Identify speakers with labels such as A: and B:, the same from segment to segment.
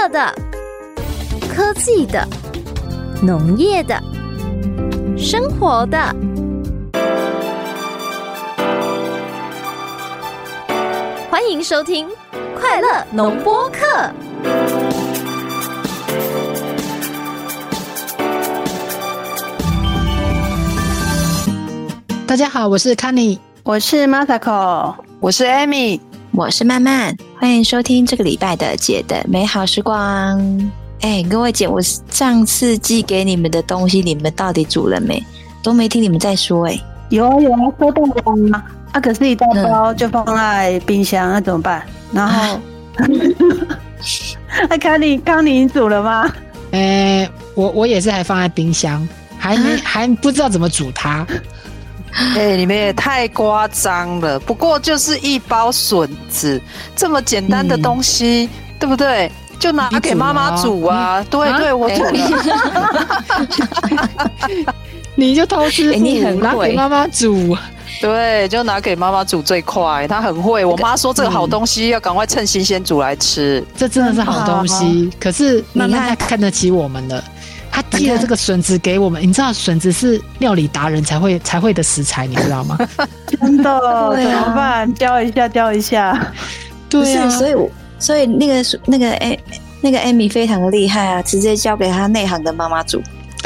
A: 乐的、科技的、农业的、生活的。欢迎收听快乐农播课。
B: 大家好，我是 Connie，
C: 我是 Masako，
D: 我是 Amy，
E: 我是曼曼。欢迎收听这个礼拜的姐的美好时光。各位姐，我上次寄给你们的东西，你们到底煮了没？都没听你们在说。
C: 有啊，收到了啊，可是一大包就放在冰箱，那怎么办？然后Connie你煮了吗？
B: 我也是还放在冰箱，还不知道怎么煮它。
D: 你们也太夸张了。不过就是一包笋子这么简单的东西，对不对？就拿给妈妈煮啊。对，我煮了。
B: 你就偷吃，
E: 你很会
B: 拿给妈妈煮。
D: 对，就拿给妈妈煮最快，她很会。我妈说这个好东西要赶快趁新鲜煮来吃。
B: 这真的是好东西，可是慢慢她看得起我们了。他寄了这个笋子给我们，你知道笋子是料理达人才会的食材，你知道吗？
C: 真的，怎么办？教一下。
E: 对啊，所以那个 Amy 非常的厉害啊，直接交给他内行的妈妈煮。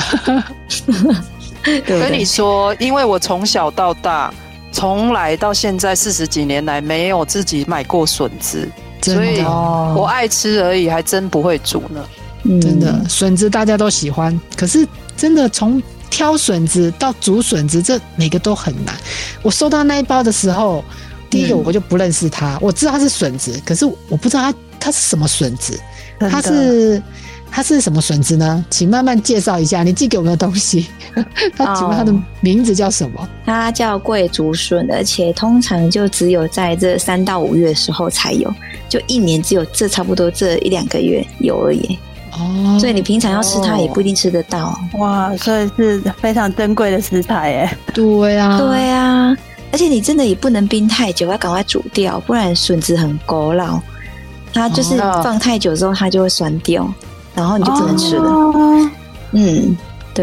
D: 跟你说，因为我从小到大，从来到现在40几年来没有自己买过笋子，所以我爱吃而已，还真不会煮呢。
B: 真的，笋子大家都喜欢，可是真的从挑笋子到煮笋子，这每个都很难。我收到那一包的时候，第一个我就不认识它，我知道它是笋子，可是我不知道它是什么笋子，它是什么笋子呢？请慢慢介绍一下你寄给我们的东西。它请问它的名字叫什么？
E: 它叫桂竹笋，而且通常就只有在这3到5月的时候才有，就一年只有差不多这1-2个月有而已。所以你平常要吃它也不一定吃得到。
C: 哇，所以是非常珍贵的食材耶。
B: 对啊，
E: 而且你真的也不能冰太久，要赶快煮掉，不然笋子很勾老，它就是放太久之后它就会酸掉，然后你就不能吃了。对。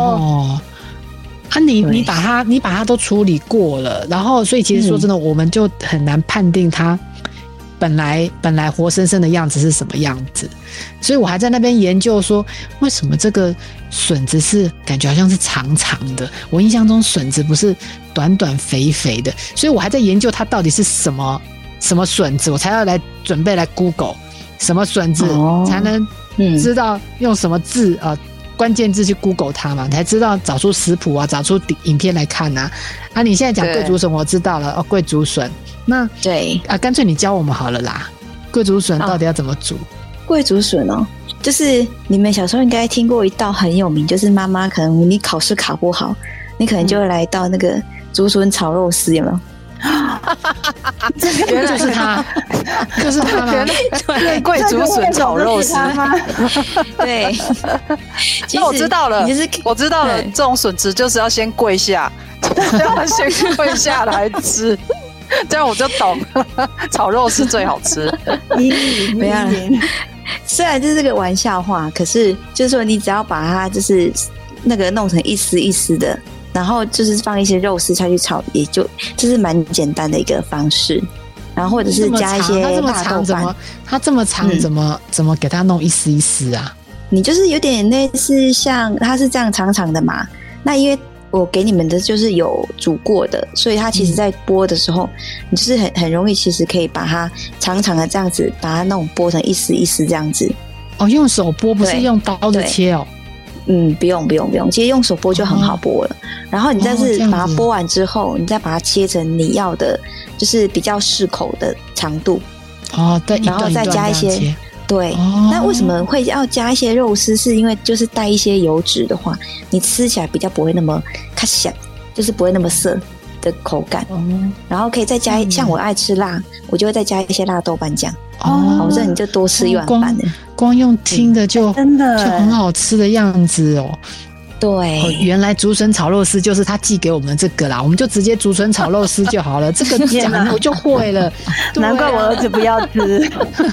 B: 你把它都处理过了，然后所以其实说真的，我们就很难判定它本来活生生的样子是什么样子，所以我还在那边研究说，为什么这个笋子是感觉好像是长长的？我印象中笋子不是短短肥肥的，所以我还在研究它到底是什么笋子，我才要来准备来 Google 什么笋子才能知道用什么字关键字去 Google 它嘛，才知道找出食谱啊，找出影片来看啊。你现在讲桂竹笋我知道了桂竹笋。那对干脆你教我们好了啦。桂竹笋到底要怎么煮？
E: 桂竹笋就是你们小时候应该听过一道很有名，就是妈妈可能你考试考不好，你可能就会来到那个竹笋炒肉丝，有没有？
B: 原来就是他，就是他吗？
D: 对，桂竹笋炒肉丝吗？
E: 对，
D: 那我知道了，我知道了，这种笋子就是要先跪下，要先跪下来吃。这样我就懂，炒肉是最好吃。
E: 没有，虽然这是个玩笑话，可是就是说你只要把它就是那个弄成一丝一丝的，然后就是放一些肉丝下去炒，也就这是蛮简单的一个方式。然后或者是加一些大豆瓣。
B: 它这么长，怎么给它弄一丝一丝啊？
E: 你就是有点类似像它是这样长长的嘛，那因为我给你们的就是有煮过的，所以它其实在剥的时候，你就是很容易，其实可以把它长长的这样子，把它弄剥成一丝一丝这样子。
B: 用手剥不是用刀子切哦？
E: 不用，其实用手剥就很好剥了。然后你再是把它剥完之后，你再把它切成你要的，就是比较适口的长度。
B: 对，
E: 然后再加一些。对，那为什么会要加一些肉丝？是因为就是带一些油脂的话，你吃起来比较不会那么卡响，就是不会那么涩的口感。然后可以再加像我爱吃辣，我就会再加一些辣豆瓣酱。保证你就多吃1碗饭。
B: 光用听的就真的就很好吃的样子哦。
E: 对，
B: 原来竹笋炒肉丝就是他寄给我们这个啦，我们就直接竹笋炒肉丝就好了。这个讲我就会了，
C: 难怪我儿子不要吃，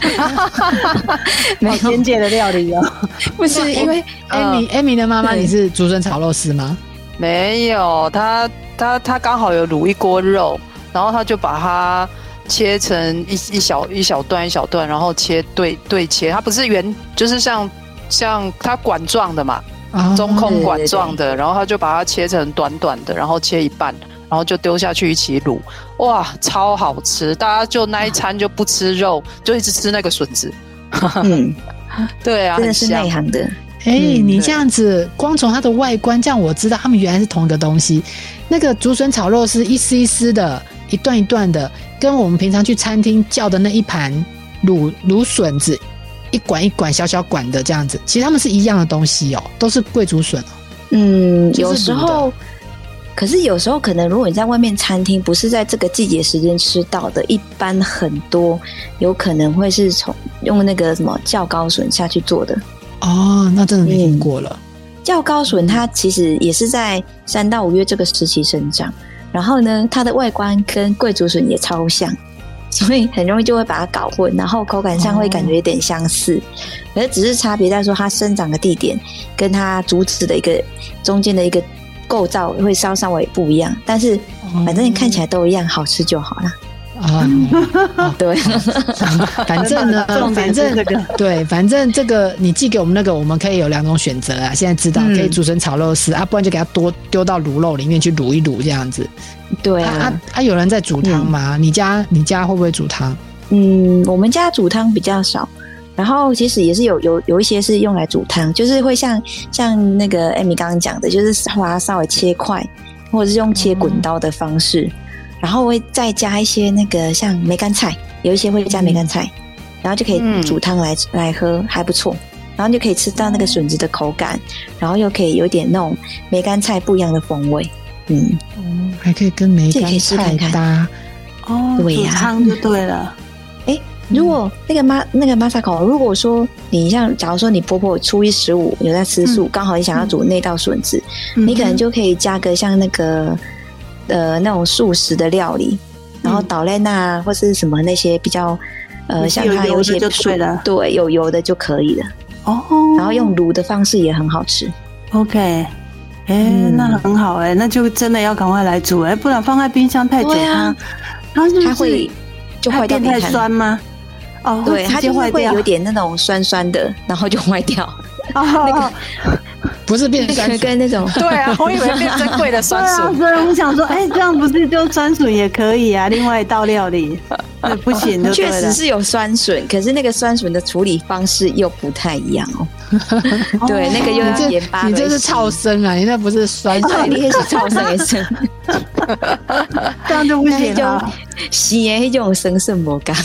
C: 好简简的料理哦。
E: 不是因为
B: Amy 的妈妈，你是竹笋炒肉丝吗？
D: 没有，他刚好有卤一锅肉，然后他就把它切成一小段，然后切对切，它不是圆，就是像它管状的嘛。中空管状的，然后他就把它切成短短的，然后切一半，然后就丢下去一起卤，哇，超好吃！大家就那一餐就不吃肉，就一直吃那个笋子。对啊，
E: 真的是内行的。
B: 你这样子，光从它的外观，这样我知道他们原来是同一个东西。那个竹笋炒肉丝一丝一丝的，一段一段的，跟我们平常去餐厅叫的那一盘卤笋子。一管一管小小管的这样子，其实他们是一样的东西哦，都是桂竹笋哦。
E: 有时候，可是有时候可能，如果你在外面餐厅不是在这个季节时间吃到的，一般很多有可能会是用那个什么酵高笋下去做的。
B: 哦，那真的没听过了。
E: 酵高笋它其实也是在3到5月这个时期生长，然后呢，它的外观跟桂竹笋也超像。所以很容易就会把它搞混，然后口感上会感觉有点相似，可是只是差别在说它生长的地点跟它竹子的一个中间的一个构造会稍微不一样，但是反正看起来都一样，好吃就好了。
B: 对，反正呢，反正这个你寄给我们那个，我们可以有2种选择啊。现在知道可以竹笋炒肉丝不然就给它多丢到卤肉里面去卤一卤这样子。
E: 对啊，
B: 有人在煮汤吗？你家会不会煮汤？
E: 我们家煮汤比较少，然后其实也是有一些是用来煮汤，就是会像那个 Amy 刚刚讲的，就是把它稍微切块，或者是用切滚刀的方式。然后会再加一些那个像梅干菜，有一些会加梅干菜，然后就可以煮汤来喝，还不错。然后就可以吃到那个笋子的口感，然后又可以有点那种梅干菜不一样的风味。
B: 还可以跟梅干菜搭。
E: 对呀，
C: 煮汤就对了。
E: 如果那个马萨口，如果说你像假如说你婆婆初一15有在吃素，刚好你想要煮那道笋子，你可能就可以加个像那个。那种素食的料理，然后捣类那或是什么那些比较像它有一些对有油的就可以了然后用卤的方式也很好吃。
C: OK， 那很好那就真的要赶快来煮不然放在冰箱太久它
E: 会就坏掉。
C: 太酸吗？
E: 对，它就会有点那种酸酸的，然后就坏掉。那个
B: 不是变酸
E: 跟那种
D: 对啊，我以为变珍贵的酸笋。
C: 所以我想说，这样不是就酸笋也可以啊？另外一道料理，不行就对了。
E: 确实是有酸笋，可是那个酸笋的处理方式又不太一样对，那个又要盐巴。
B: 你这是超生啊！你那不是酸笋，
E: 你也是超生的生，
C: 这样就不行了。
E: 是那种生肾魔干。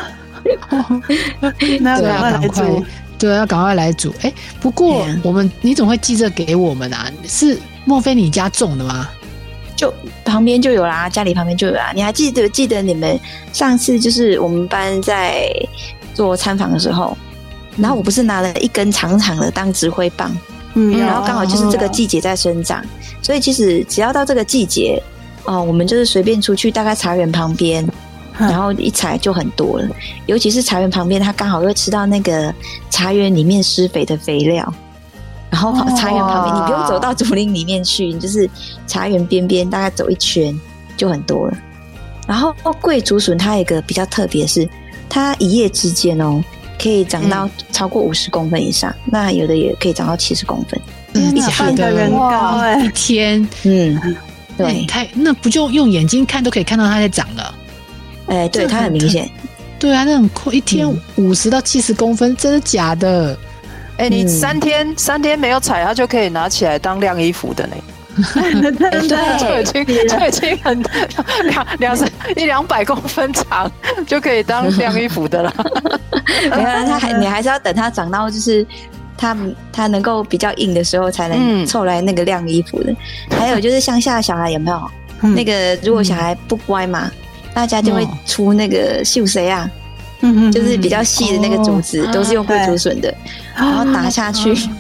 C: 那赶快来煮。
B: 对，要赶快来煮。不过你怎么会寄这给我们啊？是莫非你家种的吗？
E: 就旁边就有啦，家里旁边就有啦。你还记得你们上次就是我们班在做参访的时候，然后我不是拿了一根长长的当指挥棒，然后刚好就是这个季节在生长，所以其实只要到这个季节我们就是随便出去，大概茶园旁边。然后一采就很多了，尤其是茶园旁边，它刚好会吃到那个茶园里面施肥的肥料。然后茶园旁边，你不用走到竹林里面去，你就是茶园边边大概走一圈就很多了。然后桂竹笋它有一个比较特别是，它一夜之间可以长到超过50公分以上，那有的也可以长到70公分，
C: 一个人高
B: 一天，对，那不就用眼睛看都可以看到它在长了。
E: 对，它很明显。
B: 对啊，那很快，一天50到70公分，真的假的？
D: 你3天没有采，它就可以拿起来当晾衣服的呢。
C: 对，
D: 就已经很100-200公分长，就可以当晾衣服的了。
E: 你还是要等它长到就是它能够比较硬的时候，才能凑来那个晾衣服的。还有就是乡下的小孩有没有那个？如果小孩不乖嘛。大家就会出那个秀谁啊，就是比较细的那个竹子，都是用桂竹笋的，然后打下去，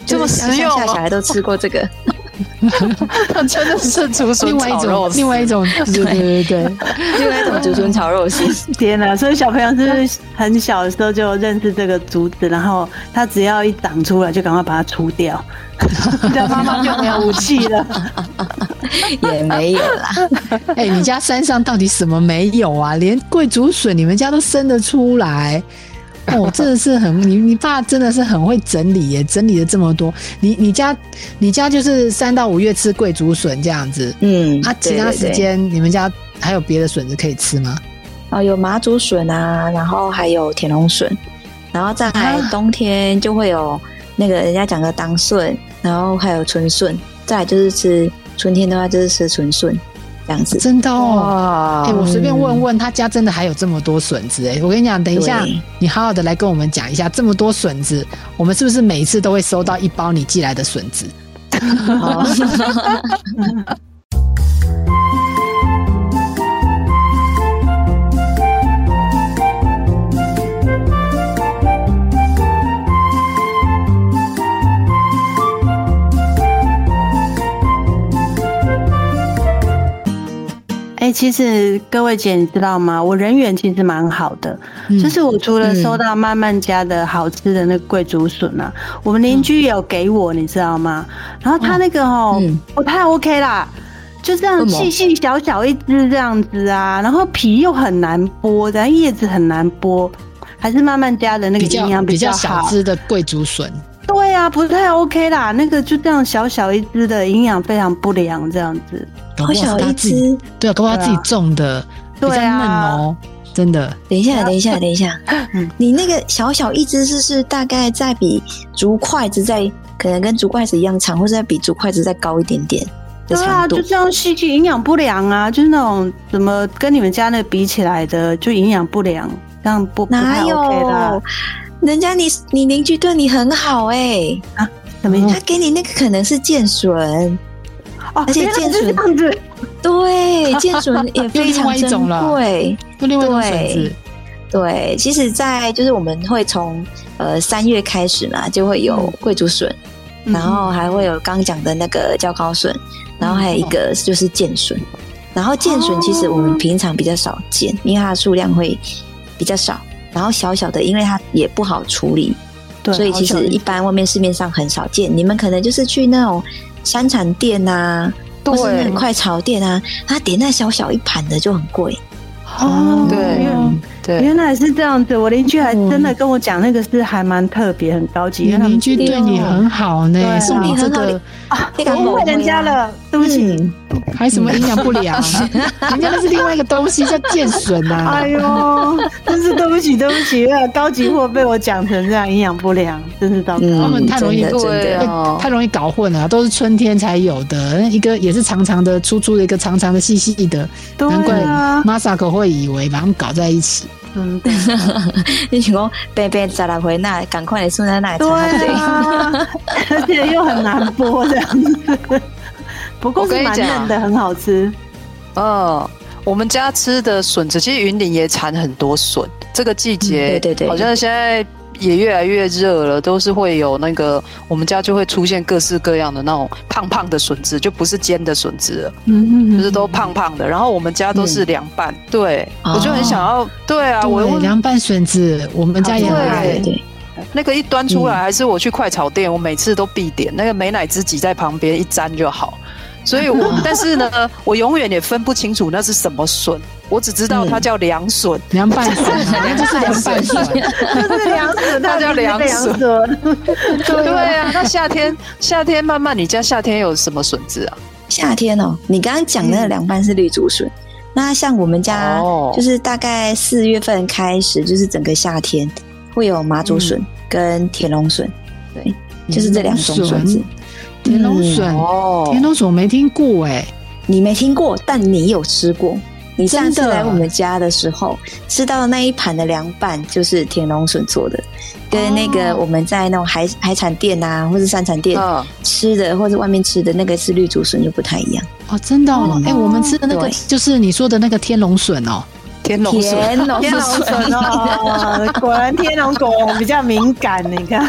D: 这么实用
E: 吗？小孩都吃过这个。
D: 真的是竹笋炒肉丝，
B: 另外一种，对，
E: 另外一种竹笋炒肉丝。
C: 天哪！所以小朋友是不是很小的时候就认识这个竹子，然后他只要一长出来，就赶快把它除掉，这样妈妈就没有武器了。
E: 也没有啦。
B: 你家山上到底什么没有啊？连桂竹笋你们家都生得出来？真的是你爸真的是很会整理耶，整理了这么多。你家就是3到5月吃桂竹笋这样子，其他时间你们家还有别的笋子可以吃吗？
E: 有麻竹笋啊，然后还有田龙笋，然后再来冬天就会有那个人家讲的当笋，然后还有春笋，再来就是吃春天的话就是吃春笋。这样子
B: 真的我随便问问，他家真的还有这么多笋子我跟你讲，等一下你好好的来跟我们讲一下，这么多笋子，我们是不是每一次都会收到1包你寄来的笋子？
C: 其实各位姐你知道吗？我人缘其实蛮好的，就是我除了收到慢慢家的好吃的那个桂竹笋啊，我们邻居也有给我，你知道吗？然后他那个不太 OK 啦，就这样细细小小一只这样子啊，然后皮又很难剥，然后叶子很难剥，还是慢慢家的那个营养比较好，
B: 比较小只的桂竹笋。
C: 对啊，不太 OK 啦，那个就这样小小一只的，营养非常不良这样子。
E: 好小一只，
B: 对啊，都是他自己种的，比较嫩哦，真的。
E: 等一下，你那个小小一只是大概在比竹筷子可能跟竹筷子一样长，或者比竹筷子再高一点点的长度。
C: 对啊，就这样细细，营养不良啊，就是那种怎么跟你们家那比起来的，就营养不良，这样不太 OK 啦。
E: 人家你邻居对你很好
C: 什么意思？
E: 他给你那个可能是剑笋。而且剑笋
C: 这样子，
E: 对，剑笋也非常珍贵，
B: 又另外一种笋子。
E: 对，其实就是我们会从3月开始嘛，就会有桂竹笋，然后还会有刚讲的那个椒膏笋，然后还有一个就是剑笋。然后剑笋其实我们平常比较少见，因为它的数量会比较少，然后小小的，因为它也不好处理，所以其实一般外面市面上很少见。你们可能就是去那种山产店啊，或是那种快炒店啊，他点那小小一盘的就很贵。
C: 对，原来是这样子。我邻居还真的跟我讲，那个是还蛮特别、很高级。
B: 你邻居对你很好呢，送你这个
C: 我误会人家了，对不起。
B: 还什么营养不良？人家那是另外一个东西，叫剑笋啊！
C: 哎呦，真是对不起，高级货被我讲成这样，营养不良，真是糟糕。
B: 他们太容易搞混了，都是春天才有的，一个也是长长的、粗粗的，一个长长的、细细的，难怪 Masako 会以为把它们搞在一起。
E: 你想说白白16岁那赶快来送在那里插队，
C: 而且又很难剥这样子。不过是蛮嫩的，很好吃。
D: 我们家吃的笋子，其实云林也产很多笋。这个季节，对，好像现在也越来越热了，都是会有那个，我们家就会出现各式各样的那种胖胖的笋子，就不是尖的笋子了，就是都胖胖的。然后我们家都是凉拌，对，我就很想要，对啊，我
B: 凉拌笋子，我们家也很爱。
E: 对。
D: 那个一端出来，还是我去快炒店，我每次都必点那个美乃滋挤在旁边一沾就好。所以但是呢，我永远也分不清楚那是什么笋，我只知道它叫凉笋，
B: 凉拌笋，那就是凉拌笋，
C: 就是凉笋，
D: 它叫凉笋。对啊，那夏天慢慢，你家夏天有什么笋子啊？
E: 夏天你刚刚讲的凉拌是绿竹笋，那像我们家就是大概4月份开始，就是整个夏天会有麻竹笋跟田龙笋，对，就是这2种笋子。
B: 田龙笋，田龙笋我没听过
E: 你没听过，但你有吃过。你上次来我们家的时候吃到的那一盘的凉拌就是田龙笋做的，跟那个我们在那种海产店啊，或是山产店吃的，或者外面吃的那个是绿竹笋就不太一样。
B: 真的我们吃的那个就是你说的那个天龙笋
D: 天龙笋
C: 哦，果然天龙果比较敏感，你看，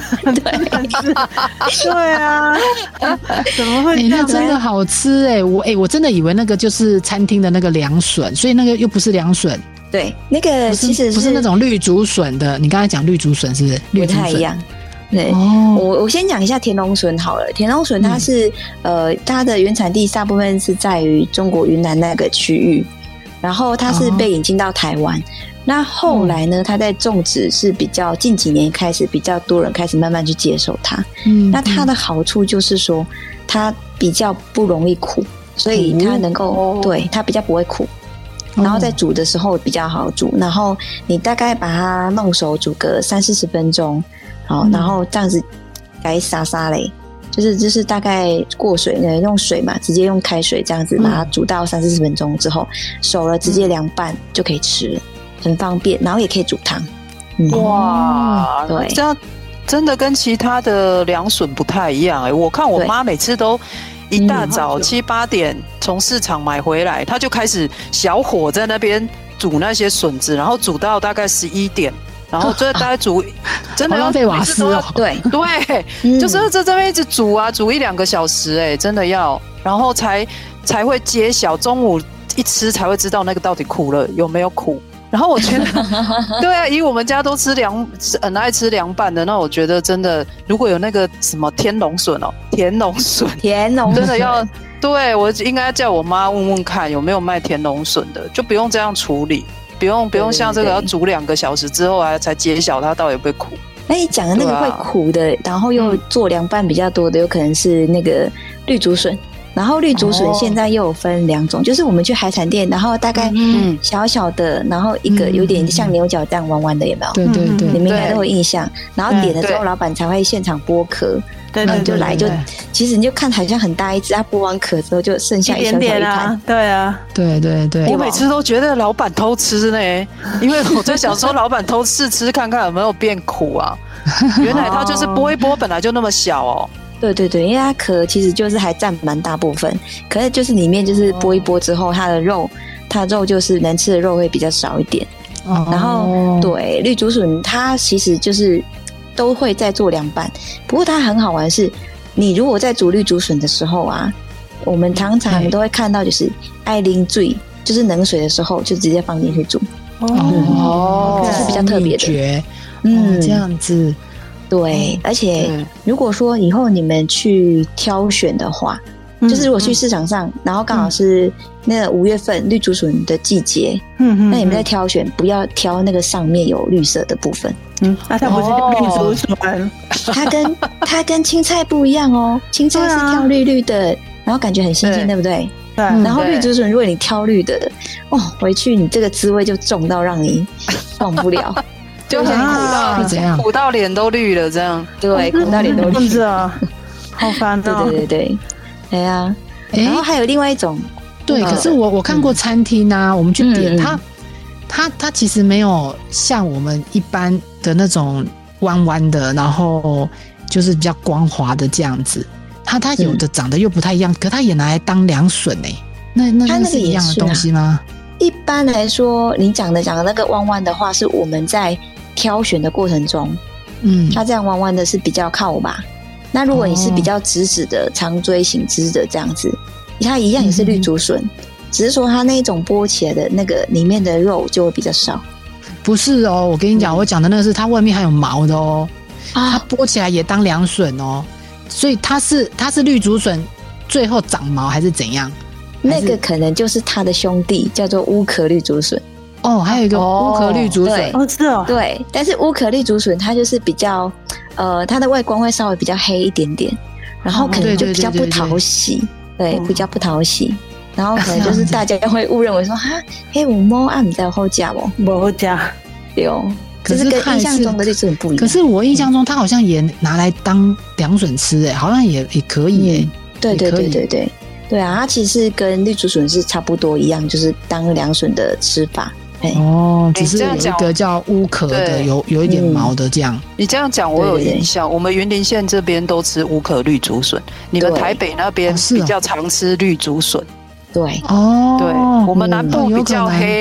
C: 对啊，怎么会这样？
B: 那真的好吃我真的以为那个就是餐厅的那个凉笋，所以那个又不是凉笋。
E: 对，那个其实
B: 不是那种绿竹笋的。你刚才讲绿竹笋是不是？
E: 不太一样。对，我先讲一下田龙笋好了。田龙笋它是它的原产地大部分是在于中国云南那个区域，然后它是被引进到台湾。那后来呢，它在种植是比较近几年开始比较多人开始慢慢去接受它。那它的好处就是说它比较不容易苦，所以它能够对它比较不会苦。然后在煮的时候比较好煮，然后你大概把它弄熟，煮个30-40分钟，好，然后这样子改沙沙嘞，就是大概过水呢，用水嘛，直接用开水这样子把它煮到30-40分钟之后，熟了直接凉拌就可以吃了，很方便，然后也可以煮汤。
D: 哇，
E: 对，
D: 这样真的跟其他的凉笋不太一样我看我妈每次都一大早7-8点从市场买回来，她就开始小火在那边煮那些笋子，然后煮到大概11点，然后就大概煮，真的要
B: 浪费瓦斯哦。
E: 对，
D: 就是在这边一直煮啊，煮1-2个小时真的要，然后才会揭晓，中午一吃才会知道那个到底苦了有没有苦。然后我觉得，对啊，以我们家都很爱吃凉拌的，那我觉得真的，如果有那个什么田龙笋真的要，对，我应该叫我妈问问看有没有卖田龙笋的，就不用这样处理，不用像这个要煮2个小时之后才揭晓它到底会不会苦。
E: 那你讲的那个会苦的，然后又做凉拌比较多的，有可能是那个绿竹笋。然后绿竹笋现在又有分2种，就是我们去海产店，然后大概小小的，然后一个有点像牛角蛋弯弯的，有没有？
B: 对，
E: 你们应该都有印象。然后点了之后，老板才会现场剥壳，然后就来其实你就看好像很大一只，他剥完壳之后就剩下一小小一盘。
C: 对啊，
B: 对，
D: 我每次都觉得老板偷吃呢，因为我在想说老板偷试吃看看有没有变苦啊，原来他就是剥一剥本来就那么小哦。
E: 对，因为它壳其实就是还占蛮大部分，可是就是里面就是剥一剥之后，它的肉就是能吃的肉会比较少一点。然后对绿竹笋，它其实就是都会在做凉拌，不过它很好玩是，你如果在煮绿竹笋的时候啊，我们常常都会看到就是爱淋水，就是冷水的时候就直接放进去煮。这是比较特别的。
B: 这样子。
E: 对，而且如果说以后你们去挑选的话，就是如果去市场上，然后刚好是那个5月份绿竹笋的季节，那你们在挑选不要挑那个上面有绿色的部分。
C: 它不是绿竹笋，
E: 它跟青菜不一样哦，青菜是挑绿绿的，然后感觉很新鲜，对不对？
C: 对。
E: 然后绿竹笋如果你挑绿的，回去你这个滋味就重到让你忘不了。
D: 就像苦到脸都绿了这样，
E: 对，苦到脸都绿
C: 是啊，好烦哦。
E: 对，对啊。然后还有另外一种，
B: 对，可是我看过餐厅啊，我们去点它其实没有像我们一般的那种弯弯的，然后就是比较光滑的这样子，它有的长得又不太一样，可它也拿来当凉笋那是一样的东西吗？
E: 一般来说，你讲的那个弯弯的话，是我们在挑选的过程中，它这样弯弯的是比较靠吧。那如果你是比较直直的长锥形枝的这样子，它一样也是绿竹笋，只是说它那一种剥起来的那个里面的肉就会比较少。
B: 不是哦，我跟你讲，我讲的那个是它外面还有毛的哦，它剥起来也当凉笋哦，所以它是绿竹笋最后长毛还是怎样？
E: 那个可能就是它的兄弟，叫做乌壳绿竹笋。
B: 还有一个乌壳绿竹笋。
C: 是哦。
E: 对，但是乌壳绿竹笋它就是比较，它的外观会稍微比较黑一点点，然后可能就比较不讨喜，对，比较不讨喜。然后可能就是大家会误认为说，黑五毛啊，你在后加不？
C: 不好加，
E: 对哦。可是跟印象中的绿竹笋不一样。
B: 可是我印象中，它好像也拿来当凉笋吃，好像也可以
E: 对。对啊，它其实跟绿竹笋是差不多一样，就是当凉笋的吃法。
B: 只是有一个叫乌壳的，有一点毛的这样。
D: 你这样讲我有印象，我们云林县这边都吃乌壳绿竹笋，你们台北那边比较常吃绿竹笋。
E: 对
D: 对，我们南部比较黑啦，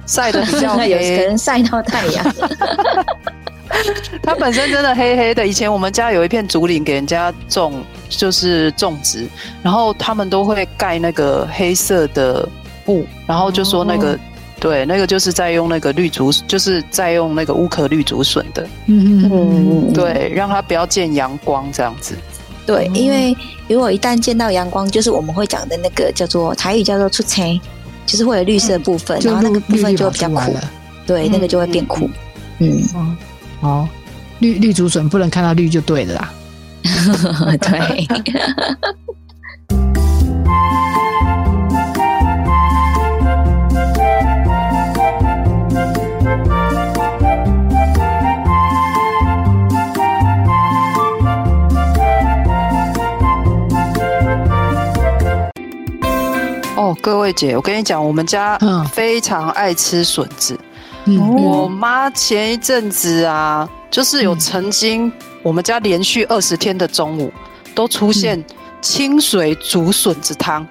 D: 晒得比较黑，
E: 可能晒到太阳。
D: 它本身真的黑黑的。以前我们家有一片竹林给人家种，就是种植，然后他们都会盖那个黑色的布，然后就说那个。对，那个就是在用那个绿竹，就是在用那个乌壳绿竹笋的，对，让它不要见阳光这样子。
E: 对，因为如果一旦见到阳光，就是我们会讲的那个叫做台语叫做出青，就是会有绿色部分，然后那个部分就会比较苦，对，那个就会变苦。
B: 哦，绿竹笋不能看到绿就对了啦。
E: 对。
D: 哦，各位姐，我跟你讲，我们家非常爱吃笋子。我妈前一阵子啊，就是有曾经我们家连续20天的中午都出现清水煮笋子汤，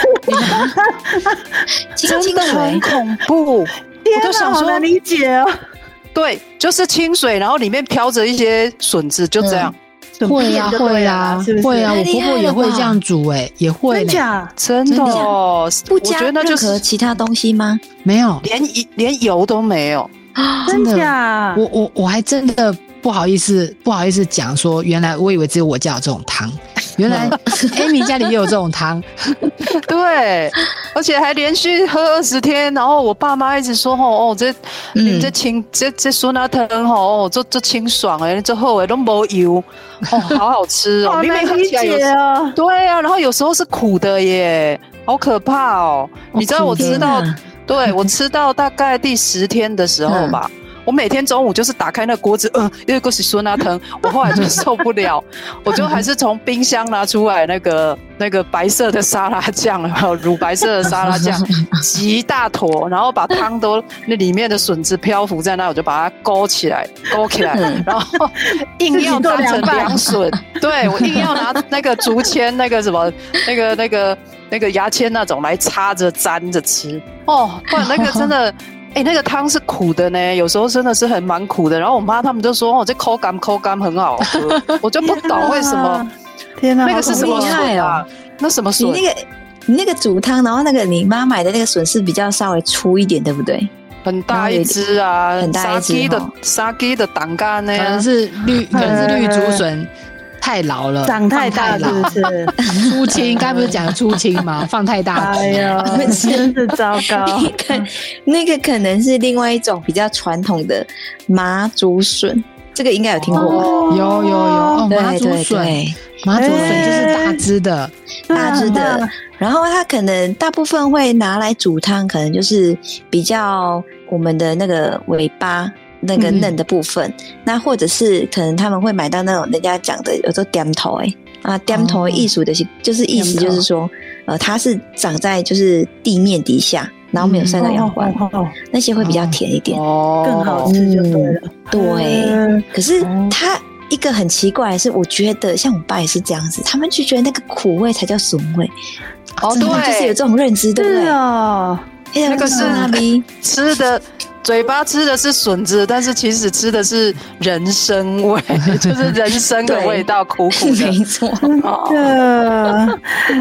D: 真的很恐怖。
C: 天哪，好难理解哦。
D: 对，就是清水，然后里面飘着一些笋子，就这样。
B: 会啊，会啊，会啊！我婆婆也会这样煮，也会。
C: 真假？
D: 真的哦，
E: 不加任何其他东西吗？
B: 没有，
D: 连油都没有。
C: 真假？
B: 我还真的不好意思讲说，原来我以为只有我家有这种汤，原来 Amy 家里也有这种汤。
D: 对，而且还连续喝20天，然后我爸妈一直说你这酸辣汤这清爽这好都没油好好吃哦，明明喝起来有对啊，然后有时候是苦的耶，好可怕哦！你知道我吃到对我吃到大概第10天的时候吧。我每天中午就是打开那锅子，因为都是酸辣汤，我后来就受不了，我就还是从冰箱拿出来那个白色的沙拉酱，还有乳白色的沙拉酱，极大坨，然后把汤都那里面的笋子漂浮在那，我就把它勾起来，然后硬要当成凉笋，对我硬要拿那个竹签那个什么那个牙签那种来插着沾着吃，不然那个真的。那个汤是苦的呢，有时候真的是蛮苦的。然后我妈他们就说，这口感很好喝，我就不懂为什么。
C: 天哪，
D: 那个是什么笋啊？那什么笋？
E: 你那个煮汤，然后那个你妈买的那个笋是比较稍微粗一点，对不对？
D: 很大一只啊，
E: 很大一只
D: 沙鸡的胆干呢，
B: 可能是绿竹笋。太老了，
C: 长太大是不是？
B: 粗青，该不是讲粗青吗？放太大，
C: 哎呀，真是糟糕。
E: 那个可能是另外一种比较传统的麻竹笋，这个应该有听过吧？
B: 有，麻竹笋，麻竹笋就是大只的，然后它可能大部分会拿来煮汤，可能就是比较我们的那个尾巴。那个嫩的部分，那或者是可能他们会买到那种人家讲的有时候点头点头的艺术的就是意思就是说，它是长在就是地面底下，然后没有晒到阳光，那些会比较甜一点，
C: 更好吃就对了。
E: 对，可是它一个很奇怪的是，我觉得像我爸也是这样子，他们就觉得那个苦味才叫笋味，
D: 对，
E: 就是有这种认知，对不对？
D: 那个是吃的。嘴巴吃的是笋子，但是其实吃的是人参味，就是人参的味道，苦苦的，
E: 没错。
C: 那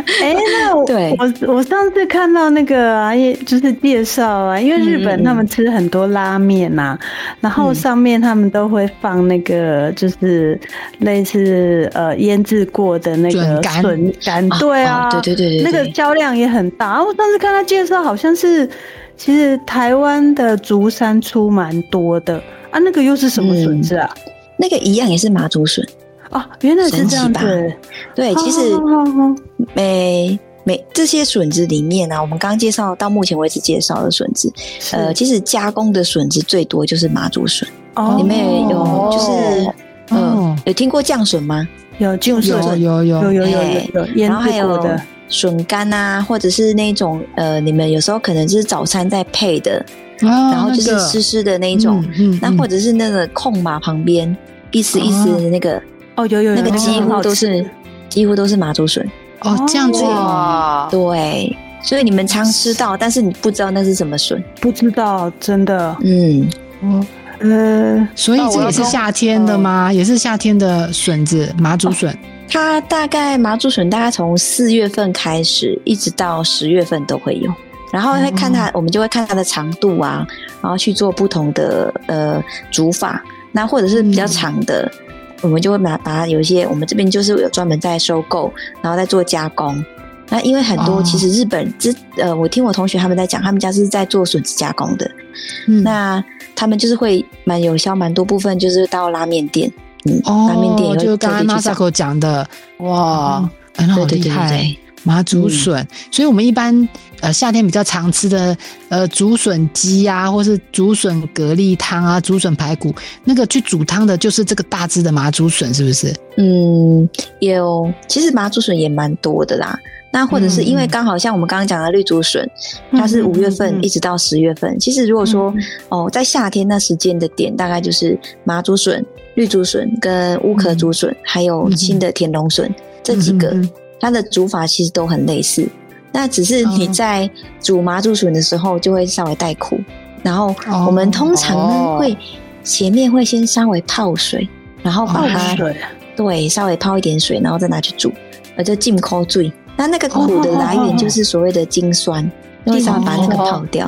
C: 我上次看到那个就是介绍因为日本他们吃很多拉面然后上面他们都会放那个就是类似腌制过的那个笋干，对啊，对，那个销量也很大。我上次看他介绍，好像是。其实台湾的竹山出蛮多的那个又是什么笋子啊？
E: 那个一样也是麻竹笋
C: 原来是这样子。
E: 对，其实这些笋子里面我们刚刚介绍到目前为止介绍的笋子，其实加工的笋子最多就是麻竹笋。你们有就是有听过酱笋吗？
C: 有酱笋，有，
E: 然后还有笋干或者是那种你们有时候可能就是早餐在配的，然后就是湿湿的那种，那或者是那个控马旁边意思的那个
C: 有
E: 那个几乎都是麻竹笋
B: 这样子
E: 对所以你们常吃到，但是你不知道那是什么笋。
C: 不知道，真的。
B: 所以这也是夏天的吗？也是夏天的笋子，麻竹笋。
E: 它大概麻竹笋大概从4月份开始，一直到10月份都会有。然后会看它，我们就会看它的长度啊，然后去做不同的煮法。那或者是比较长的，我们就会把它有一些，我们这边就是有专门在收购，然后再做加工。那因为很多其实日本我听我同学他们在讲，他们家是在做笋子加工的。那他们就是会有销蛮多部分，就是到拉面店。拉面店也会
B: 就刚才 Masako 讲的，哇，那好厉害。对，麻竹笋，所以我们一般夏天比较常吃的竹笋鸡啊，或是竹笋蛤蜊汤啊，竹笋排骨，那个去煮汤的就是这个大只的麻竹笋，是不是？
E: 有，其实麻竹笋也蛮多的啦。那或者是因为刚好像我们刚刚讲的绿竹笋，它是5月份一直到10月份。其实如果说在夏天那时间的点，大概就是麻竹笋、绿竹笋跟乌壳竹笋，还有新的田龙笋这几个。它的煮法其实都很类似，那只是你在煮麻竹笋的时候就会稍微带苦，然后我们通常呢会前面会先稍微泡水，然后把它对稍微泡一点水，然后再拿去煮，就浸口水。那个苦的来源就是所谓的精酸，会稍微把那个泡掉。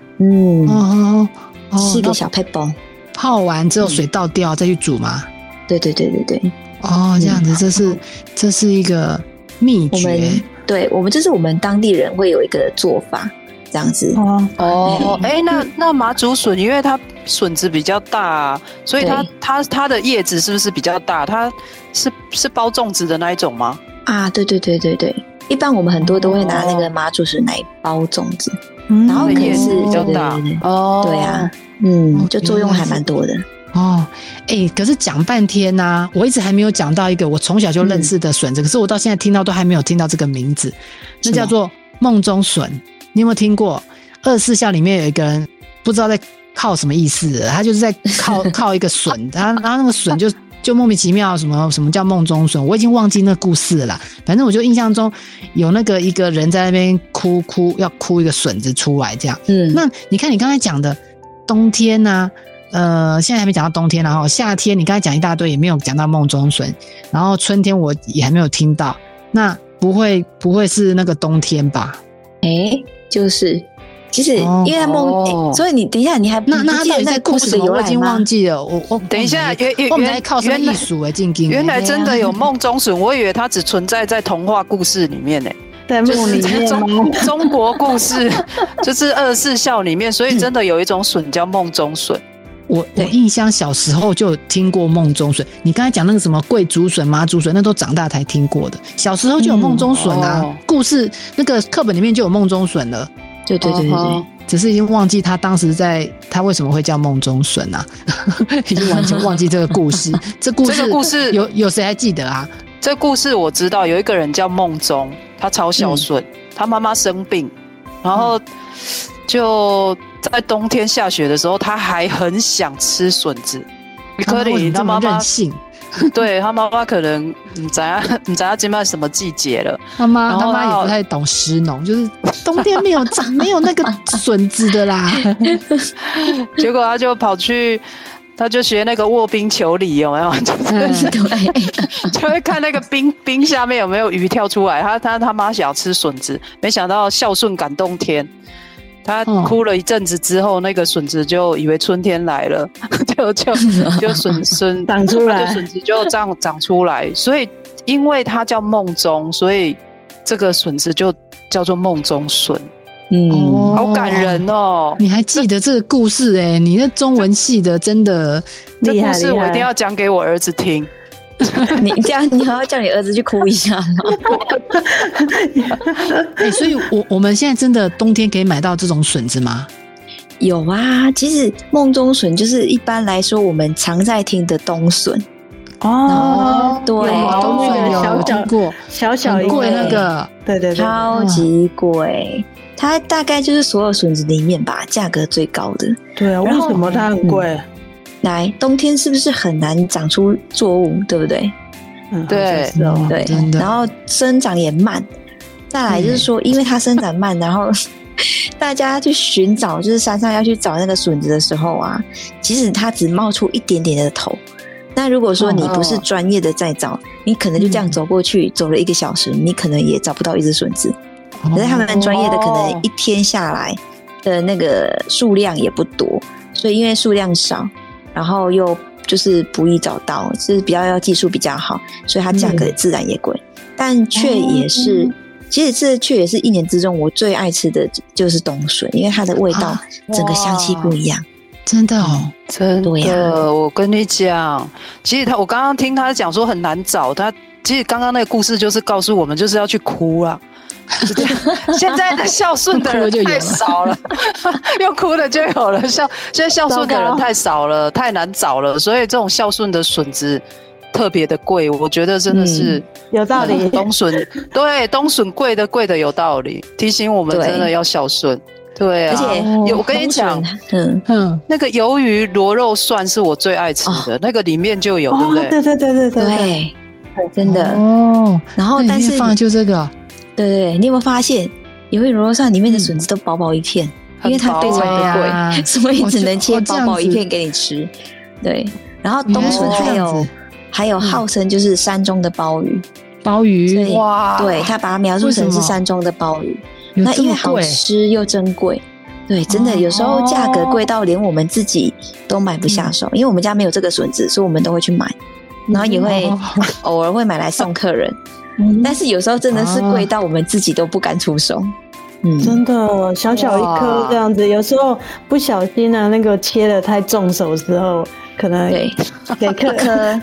E: 是一个小撇步。
B: 泡完之后水倒掉再去煮吗？
E: 对。
B: 这样子，这是一个秘诀。
E: 我们就是我们当地人会有一个做法，这样子。
D: 那麻竹笋，因为它笋子比较大，所以它的叶子是不是比较大？它是包粽子的那一种吗？
E: 啊，对。一般我们很多都会拿那个麻竹笋来包粽子，然后可能是
D: 比较大。
E: 对啊，就作用还蛮多的。
B: 可是讲半天啊，我一直还没有讲到一个我从小就认识的笋子，可是我到现在听到都还没有听到这个名字，那叫做梦中笋。你有没有听过？24孝里面有一个人不知道在靠什么意思，他就是在靠一个笋，然后那个笋就莫名其妙什么叫梦中笋，我已经忘记那个故事了啦。反正我就印象中有那个一个人在那边哭要哭一个笋子出来这样。那你看你刚才讲的冬天啊，现在还没讲到冬天，然后夏天你刚才讲一大堆也没有讲到梦中笋，然后春天我也还没有听到，那不会是那个冬天吧？
E: 就是其实因为他所以你等一下你还
B: 那他到底在故事的由来吗？我已经忘记了。我
D: 等一下，
B: 我们在靠什么艺术来进京？
D: 原来真的有梦中笋，我以为它只存在在童话故事里面呢。
C: 在梦里面
D: 中国故事就是24孝里面，所以真的有一种笋叫梦中笋。
B: 我印象小时候就有听过梦中笋，你刚才讲那个什么桂竹笋、麻竹笋，那都长大才听过的。小时候就有梦中笋啊，故事那个课本里面就有梦中笋了。
E: 对，
B: 只是已经忘记他当时他为什么会叫梦中笋啊？已经完全忘记这个故事。这故事有谁还记得啊？
D: 这故事我知道，有一个人叫孟宗，他超孝顺，他妈妈生病，然后就在冬天下雪的时候，他还很想吃笋子。
B: 他妈妈任性。
D: 对，他妈妈可能不知道现在什么季节了。他妈
B: 也不太懂食农，就是冬天没有那个笋子的啦。
D: 结果他就跑去，他就学那个卧冰求鲤，有没有？就会看那个冰下面有没有鱼跳出来。他妈想要吃笋子，没想到孝顺感动天。他哭了一阵子之后，那个笋子就以为春天来了，就笋
C: 长出来，
D: 笋子就长出来。所以因为它叫梦中，所以这个笋子就叫做梦中笋。好感人哦！
B: 你还记得这个故事你那中文系的真的，
D: 这故事我一定要讲给我儿子听。
E: 你这样，你还要叫你儿子去哭一下吗？
B: 所以我们现在真的冬天可以买到这种笋子吗？
E: 有啊，其实梦中笋就是一般来说我们常在听的冬笋。对，
B: 冬笋有听过，
C: 小
B: 很贵那个，
C: 对，
E: 超级贵。它大概就是所有笋子里面吧，价格最高的。
C: 对啊，为什么它很贵？
E: 来，冬天是不是很难长出作物，对不对？
D: 对，
E: 对，然后生长也慢， 再来就是说，因为它生长慢，然后大家去寻找，就是山上要去找那个笋子的时候啊，其实它只冒出一点点的头。那如果说你不是专业的在找，你可能就这样走过去，走了1个小时，你可能也找不到一只笋子。可是他们专业的可能一天下来的那个数量也不多，所以因为数量少，然后又就是不易找到，就是比较要技术比较好，所以它价格自然也贵，但却也是。其实这却也是一年之中我最爱吃的就是冬笋，因为它的味道整个香气不一样。
B: 真的哦，
D: 真的，我跟你讲，其实我刚刚听他讲说很难找，其实刚刚那个故事就是告诉我们，就是要去哭啊。现在的孝顺的人太少了，用哭的就有了。现在孝顺的人太少了，太难找了，所以这种孝顺的笋子特别的贵，我觉得真的是
C: 有道理。
D: 冬笋对冬笋贵的有道理，提醒我们真的要孝顺。对啊，而且我跟你讲，那个鱿鱼螺肉蒜是我最爱吃的，那个里面就有，对不对？
E: 对，真的
B: 哦。
E: 然后但是
B: 放就这个，
E: 对，你有没有发现鱿鱼螺肉蒜里面的笋子都薄薄一片，因为它非常的贵，所以只能切薄薄一片给你吃。对，然后冬笋还有号称就是山中的鲍鱼，
D: 哇，
E: 对，他把它描述成是山中的鲍鱼。那因为好吃又珍贵，对，真的有时候价格贵到连我们自己都买不下手，因为我们家没有这个笋子，所以我们都会去买，然后也会偶尔会买来送客人，但是有时候真的是贵到我们自己都不敢出手。
C: 真的小小一颗这样子，有时候不小心啊，那个切得太重手之后，可能给客人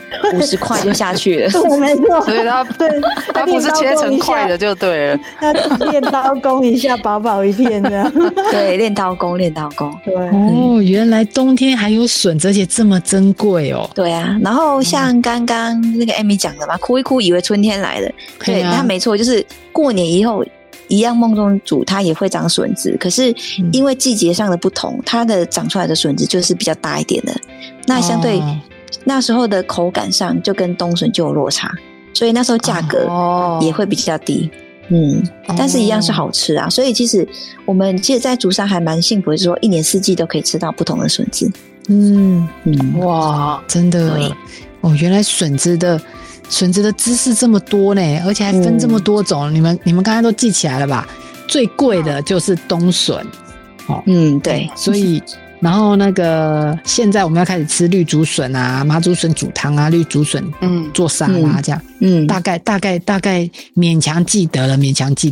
E: 50块就下去了。
C: 没错，
D: 所以它不是切成块的就对了，
C: 要练刀工一下，薄薄一片这样。
E: 对，练刀工。对，
B: 哦，原来冬天还有笋子，而且这么珍贵哦。
E: 对啊，然后像刚刚那个 Amy 讲的嘛，哭一哭以为春天来了，对，它没错，就是过年以后。一样梦中煮它也会长笋子，可是因为季节上的不同，它的长出来的笋子就是比较大一点的，那相对那时候的口感上就跟冬笋就有落差，所以那时候价格也会比较低。但是一样是好吃啊，所以其实我们其实在竹山还蛮幸福的，说一年四季都可以吃到不同的笋子。
B: 哇，真的哦，原来笋子的知识这么多呢，而且还分这么多种，你们刚才都记起来了吧？最贵的就是冬笋，
E: 对，
B: 所以然后那个现在我们要开始吃绿竹笋啊、麻竹笋煮汤啊、绿竹笋做沙拉这样，大概勉强记得了。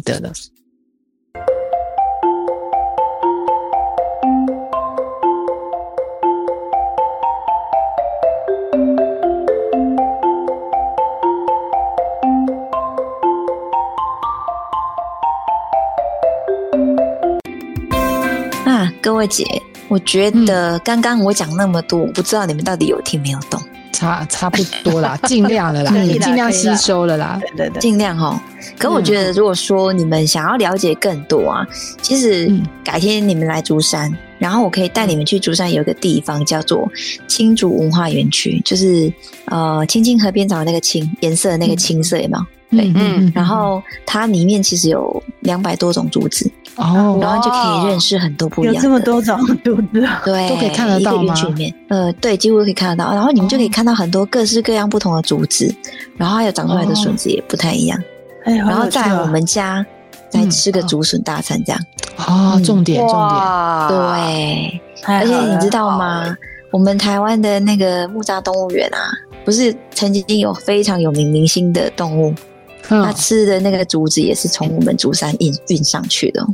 E: 各位姐，我觉得刚刚我讲那么多，我不知道你们到底有听没有懂？
B: 差不多啦，尽量了啦，尽量吸收了啦，
C: 对，
E: 尽量齁。可我觉得，如果说你们想要了解更多啊，其实改天你们来竹山，然后我可以带你们去竹山有一个地方叫做青竹文化园区，就是青青河边找那个青颜色的那个青色有没有？对，然后它里面其实有200多种竹子。然后就可以认识很多不一样的，
C: 有这么多种竹子，
E: 对，
B: 都可以看得到吗？
E: 一个园区里面，对，几乎都可以看得到。然后你们就可以看到很多各式各样不同的竹子，然后还有长出来的笋子也不太一样。然后在我们家再吃个竹笋大餐这样。
B: 重点，
E: 对。而且你知道吗？我们台湾的那个木栅动物园啊，不是曾经有非常有名明星的动物。他吃的那个竹子也是从我们竹山运上去的。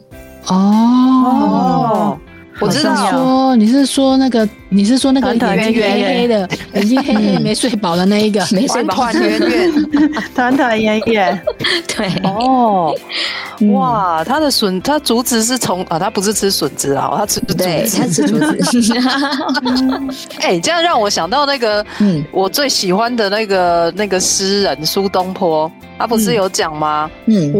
D: 我知道
B: 说你是说那个眼睛黑的，眼睛黑没睡饱的那一个，
E: 没睡饱，
C: 团团圆圆，
E: 对，
D: 哇，它竹子是从它不是吃笋子啊，它吃竹子，
E: 对，它吃竹子。
D: 这样让我想到那个我最喜欢的那个诗人苏东坡，他不是有讲吗？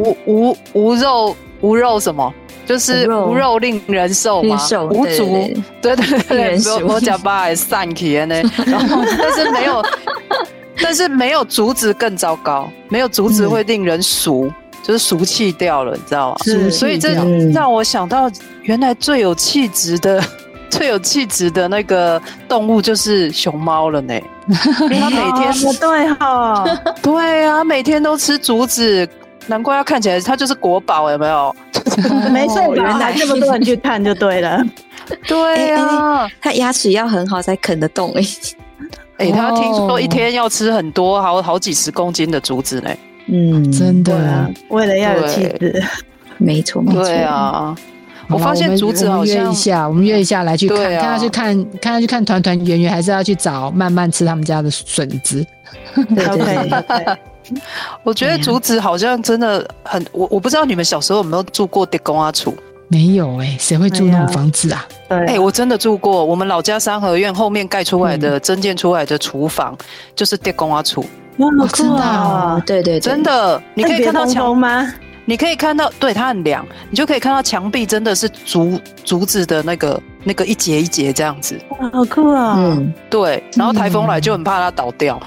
D: 无肉什么？就是无肉令人瘦嘛，无竹，对，我讲吧还散起呢。然后，但是没有竹子更糟糕，没有竹子会令人俗。 就是俗气掉了，你知道吗？所以这让我想到，原来最有气质的那个动物就是熊猫了呢。它每天对啊，每天都吃竹子，难怪它看起来它就是国宝，有没有？
C: 没错，原来这么多人去看就对了。
D: 对啊，
E: 它牙齿要很好才啃得动
D: 他听说一天要吃很多，好几十公斤的竹子呢。
B: 真的，
C: 为了要有气质，
E: 没错。
D: 对啊，我发现竹子好像
B: 我们约一下来去看，看他去看团团圆圆，还是要去找慢慢吃他们家的笋子。
C: 对。
D: 我觉得竹子好像真的很，我不知道你们小时候有没有住过地公阿厝？
B: 没有谁会住那种房子啊？
D: 我真的住过，我们老家三合院后面盖出来的增建出来的厨房就是地公阿厝。
C: 好酷啊！
E: 对，
D: 真的，你可以看到
C: 墙吗？
D: 你可以看到，对，它很凉，你就可以看到墙壁真的是竹子的那个一节一节这样子。
C: 哇，好酷啊！
D: 对，然后台风来就很怕它倒掉，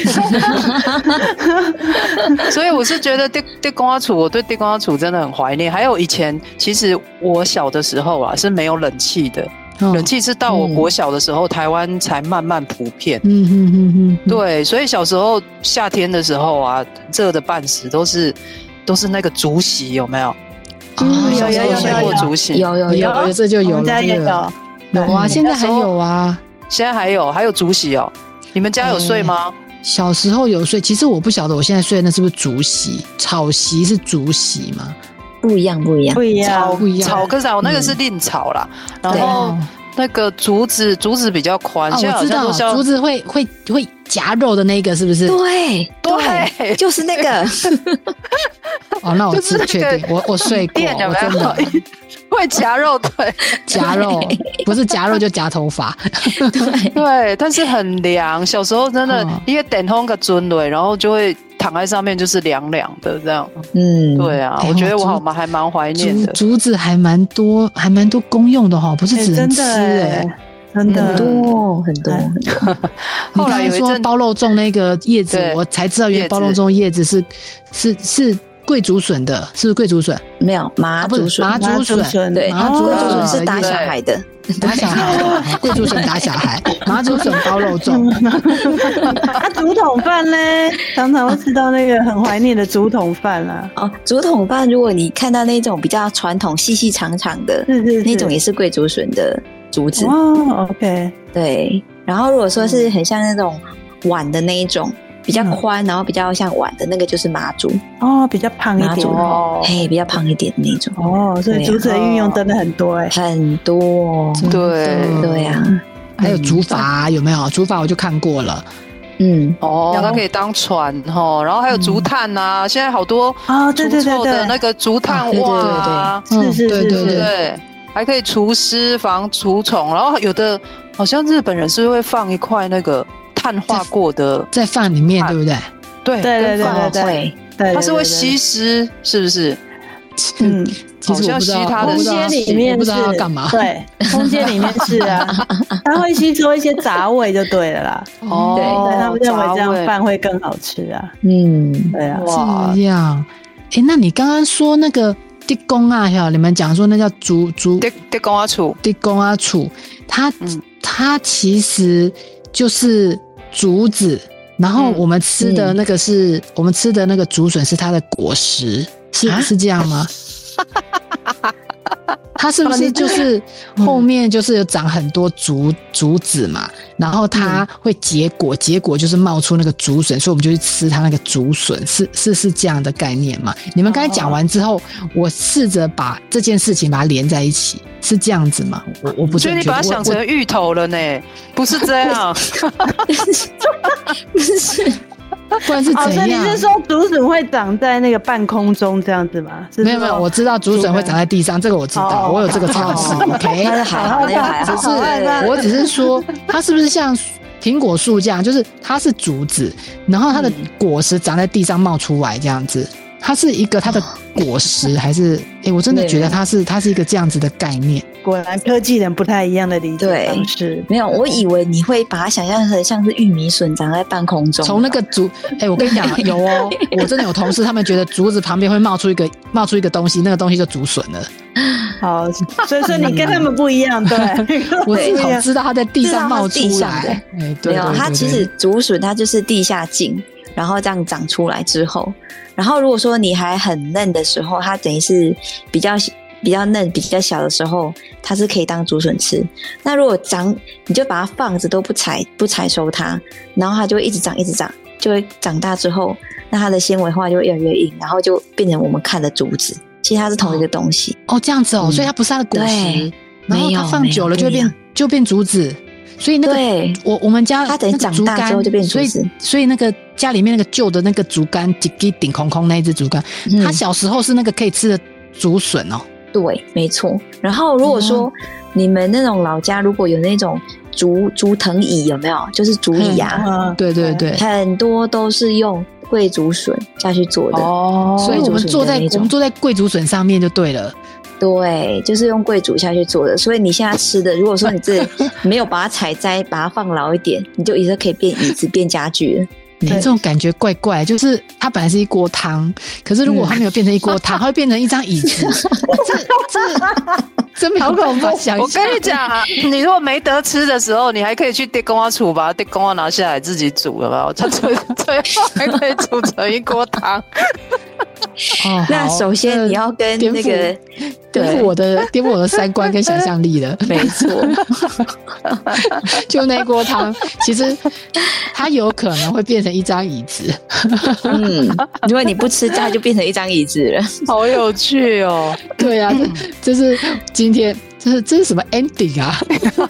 D: 所以我是觉得地公阿厝，我对地公阿厝真的很怀念。还有以前，其实我小的时候啊是没有冷气的。冷气是到我国小的时候，台湾才慢慢普遍。对，所以小时候夏天的时候啊，热的半死，都是那个竹席，有没有？有竹席，
B: 有，这就有了。
C: 我们家也有
B: 啊，现在还有啊，
D: 现在还有竹席哦。你们家有睡吗？
B: 小时候有睡，其实我不晓得我现在睡的那是不是竹席，草席是竹席吗？
E: 不一样，
D: 草跟草那个是另草啦，然后那个竹子比较宽，现在好像都像
B: 竹子会夹肉的那个是不是？
E: 对，就是那个。
B: 那我确定，我睡过，我真的
D: 会夹肉，对，
B: 夹肉不是夹肉就夹头发，
D: 对，但是很凉。小时候真的因为电风个准嘞，然后就会躺在上面就是凉凉的这样。对啊，我觉得我还蛮怀念的。
B: 竹子还蛮多功用的不是只能吃
C: 真的
E: 很多。
B: 后来有说包肉粽那个叶子，我才知道原来包肉粽叶子是桂竹笋的，是不是桂竹笋？
E: 没有麻竹笋，对，
B: 麻竹笋
E: 是打小孩的，
B: 打小孩，桂竹笋打小孩，麻竹笋包肉粽。
C: 竹筒饭呢？常常会吃到那个很怀念的竹筒饭啊。
E: 竹筒饭，如果你看到那种比较传统、细细长长的，那种也是桂竹笋的竹子。
C: OK，
E: 对。然后如果说是很像那种碗的那一种。比较宽，然后比较像碗的那个就是麻竹
C: 比较胖一点
E: 比较胖一点的那种
C: 所以竹子的运用真的很多
E: 很多，对啊，
B: 还有竹筏有没有？竹筏我就看过了，
D: 它可以当船然后还有竹炭啊，现在好多除臭的那个竹炭袜，对，还可以除湿防除虫，然后有的好像日本人是会放一块那个。碳化过的
B: 在饭里面，对不对？
C: 对，
D: 它是会吸湿，是不是？
B: 其实我不知道，
C: 空间里面
B: 不知道要干嘛。
C: 对，空间里面是啊，它会吸收一些杂味就对了啦。对，他们认为这样饭会更好吃啊。对啊，
B: 这样。那你刚刚说那个地公啊，你们讲说那叫地
D: 公阿厝，
B: 地公阿厝，它其实就是竹子，然后我们吃的那个我们吃的那个竹笋是它的果实，是这样吗？它是不是就是后面就是有长很多竹子嘛，然后它会结果，结果就是冒出那个竹笋，所以我们就去吃它那个竹笋，是这样的概念吗？你们刚才讲完之后，我试着把这件事情把它连在一起，是这样子吗？我不觉得，
D: 所以你把它想成芋头了呢？不是这样，
E: 不是。
B: 不然是怎样？
C: 所以你是说竹笋会长在那个半空中这样子吗？
B: 没有，我知道竹笋会长在地上，这个我知道，我有这个常识。OK， 我只是说，它是不是像苹果树这样，就是它是竹子，然后它的果实长在地上冒出来这样子，它是一个它的果实还是？我真的觉得它是一个这样子的概念。
C: 果然科技人不太一样的理解方式。
E: 没有，我以为你会把它想象成像是玉米笋长在半空中。
B: 从那个竹，我跟你讲，有哦，我真的有同事，他们觉得竹子旁边会冒出一个东西，那个东西就竹笋了。
C: 好，所以说你跟他们不一样，对。
B: 我至少知道它在地上冒出来。
E: 没有，它其实竹笋它就是地下茎，然后这样长出来之后，然后如果说你还很嫩的时候，它等于是比较嫩、比较小的时候，它是可以当竹笋吃。那如果你就把它放着都不采收它，然后它就会一直长，就会长大之后，那它的纤维化就会越来越硬，然后就变成我们看的竹子。其实它是同一个东西。
B: 这样子哦，所以它不是它的果实，然后它放久了就变竹子。所以那个我们家
E: 它等长大之后就变竹子，
B: 所以那个家里面那个旧的那个竹竿，几根顶空空那一只竹竿，它小时候是那个可以吃的竹笋哦。
E: 对，没错。然后如果说你们那种老家如果有那种竹藤椅，有没有？就是竹椅啊，
B: 对对对，
E: 很多都是用桂竹笋下去做的。
B: 所以我们坐在桂竹笋上面就对了。
E: 对，就是用桂竹下去做的。所以你现在吃的，如果说你这没有把它采摘，把它放老一点，你就以后可以变椅子、变家具了。
B: 这种感觉怪怪，就是它本来是一锅汤，可是如果它没有变成一锅汤，它会变成一张椅子。这好恐怖！
D: 我跟你讲，你如果没得吃的时候，你还可以去地公啊煮，把地公啊拿下来自己煮，有没有？最后还可以煮成一锅汤。
E: 那首先你要跟那个
B: 颠覆我的三观跟想象力了。
E: 没错，
B: 就那锅汤，其实它有可能会变成一张椅子。
E: 如果你不吃，它就变成一张椅子了。
D: 好有趣哦！
B: 对啊，这是今天。这是什么 ending 啊？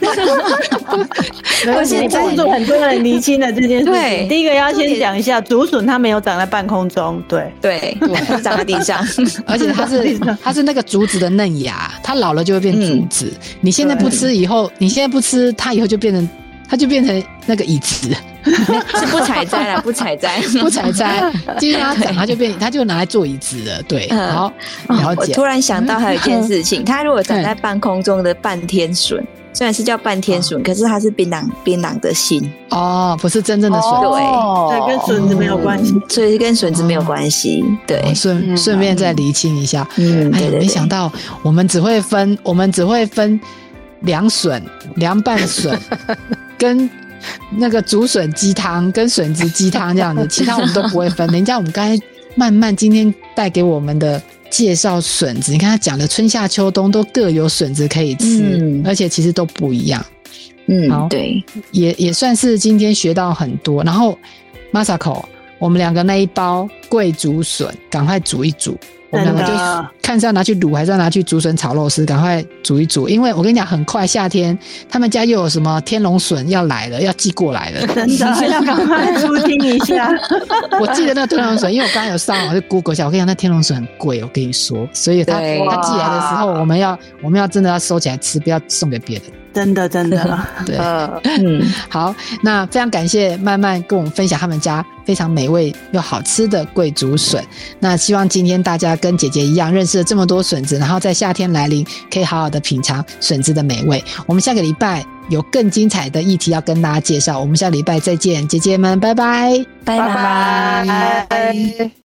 C: 我现在很多人厘清了这件事情。第一个要先讲一下，竹笋它没有长在半空中，
E: 对，它是长在地上，
B: 而且它是那个竹子的嫩芽，它老了就会变竹子。你现在不吃，它以后就变成那个椅子。
E: 是不采摘啦，不采摘。
B: 今天它长，它就拿来做椅子了。对，好，了解。
E: 我突然想到还有一件事情，它如果长在半空中的半天笋，虽然是叫半天笋，可是它是槟榔的心
B: 不是真正的笋。
C: 对，跟笋子没有关系，
E: 所以跟笋子没有关系。对，
B: 顺便再厘清一下。
E: 对，
B: 没想到我们只会分凉笋、凉拌笋跟那个竹笋鸡汤跟笋子鸡汤这样子，其他我们都不会分。人家我们刚才慢慢今天带给我们的介绍笋子，你看他讲的春夏秋冬都各有笋子可以吃，而且其实都不一样。好，对，也算是今天学到很多。然后 Masako， 我们两个那一包桂竹笋，赶快煮一煮。我们两个就看是要拿去卤还是要拿去竹笋炒肉丝，赶快煮一煮。因为我跟你讲，很快夏天他们家又有什么天龙笋要来了，要寄过来了，
C: 真的要赶快出听一下。
B: 我记得那个天龙笋，因为我刚刚有上网去 Google 一下，我跟你讲，那天龙笋很贵，我跟你说，所以他寄来的时候，我们要真的要收起来吃，不要送给别人。
C: 真的
B: 对，好，那非常感谢曼曼跟我们分享他们家非常美味又好吃的桂竹笋。那希望今天大家跟姐姐一样认识了这么多笋子，然后在夏天来临可以好好的品尝笋子的美味。我们下个礼拜有更精彩的议题要跟大家介绍，我们下个礼拜再见，姐姐们拜拜，
E: 拜拜。